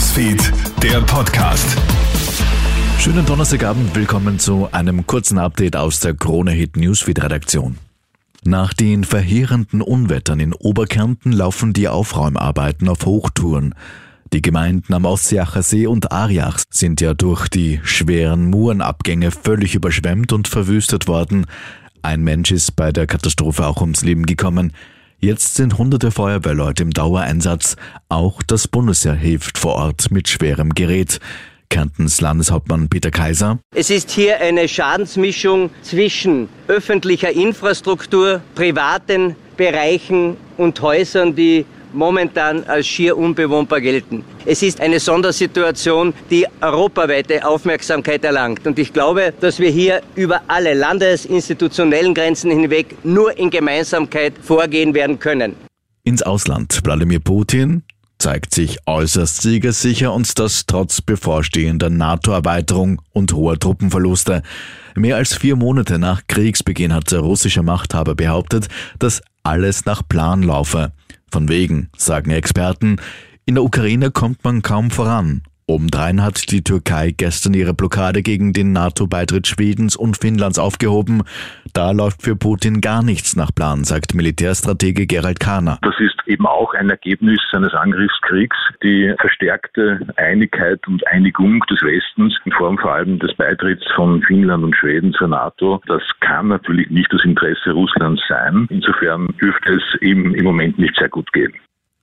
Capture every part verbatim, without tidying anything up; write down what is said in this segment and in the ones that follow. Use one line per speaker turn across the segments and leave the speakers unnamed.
Newsfeed, der Podcast.
Schönen Donnerstagabend, willkommen zu einem kurzen Update aus der Krone-Hit Newsfeed-Redaktion. Nach den verheerenden Unwettern in Oberkärnten laufen die Aufräumarbeiten auf Hochtouren. Die Gemeinden am Ossiacher See und Ariach sind ja durch die schweren Murenabgänge völlig überschwemmt und verwüstet worden. Ein Mensch ist bei der Katastrophe auch ums Leben gekommen. Jetzt sind hunderte Feuerwehrleute im Dauereinsatz. Auch das Bundesheer hilft vor Ort mit schwerem Gerät. Kärntens Landeshauptmann Peter Kaiser.
Es ist hier eine Schadensmischung zwischen öffentlicher Infrastruktur, privaten Bereichen und Häusern, die momentan als schier unbewohnbar gelten. Es ist eine Sondersituation, die europaweite Aufmerksamkeit erlangt. Und ich glaube, dass wir hier über alle landesinstitutionellen Grenzen hinweg nur in Gemeinsamkeit vorgehen werden können.
Ins Ausland. Wladimir Putin zeigt sich äußerst siegessicher und das trotz bevorstehender NATO-Erweiterung und hoher Truppenverluste. Mehr als vier Monate nach Kriegsbeginn hat der russische Machthaber behauptet, dass alles nach Plan laufe. Von wegen, sagen Experten, in der Ukraine kommt man kaum voran. Obendrein hat die Türkei gestern ihre Blockade gegen den NATO-Beitritt Schwedens und Finnlands aufgehoben. Da läuft für Putin gar nichts nach Plan, sagt Militärstratege Gerald Kahner.
Das ist eben auch ein Ergebnis seines Angriffskriegs. Die verstärkte Einigkeit und Einigung des Westens in Form vor allem des Beitritts von Finnland und Schweden zur NATO, das kann natürlich nicht das Interesse Russlands sein. Insofern dürfte es eben im Moment nicht sehr gut gehen.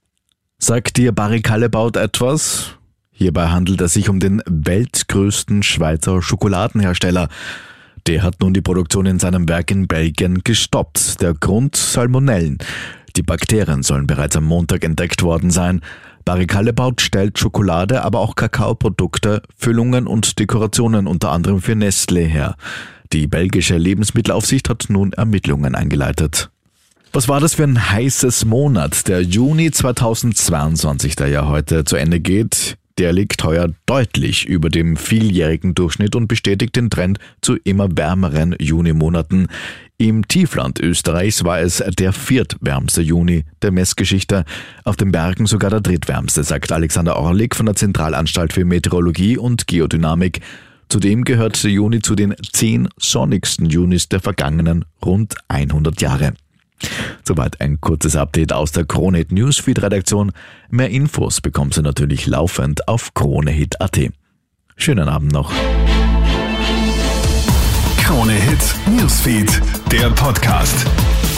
Sagt dir Barry Callebaut etwas? Hierbei handelt es sich um den weltgrößten Schweizer Schokoladenhersteller. Der hat nun die Produktion in seinem Werk in Belgien gestoppt. Der Grund Salmonellen. Die Bakterien sollen bereits am Montag entdeckt worden sein. Barry Callebaut stellt Schokolade, aber auch Kakaoprodukte, Füllungen und Dekorationen unter anderem für Nestlé her. Die belgische Lebensmittelaufsicht hat nun Ermittlungen eingeleitet. Was war das für ein heißes Monat? Der Juni zweitausendzweiundzwanzig, der ja heute zu Ende geht, der liegt heuer deutlich über dem vieljährigen Durchschnitt und bestätigt den Trend zu immer wärmeren Junimonaten. Im Tiefland Österreichs war es der viertwärmste Juni der Messgeschichte, auf den Bergen sogar der drittwärmste, sagt Alexander Orlik von der Zentralanstalt für Meteorologie und Geodynamik. Zudem gehört der Juni zu den zehn sonnigsten Junis der vergangenen rund hundert Jahre. Soweit ein kurzes Update aus der Krone-Hit Newsfeed-Redaktion. Mehr Infos bekommen Sie natürlich laufend auf kronehit punkt at. Schönen Abend noch.
Krone-Hit Newsfeed, der Podcast.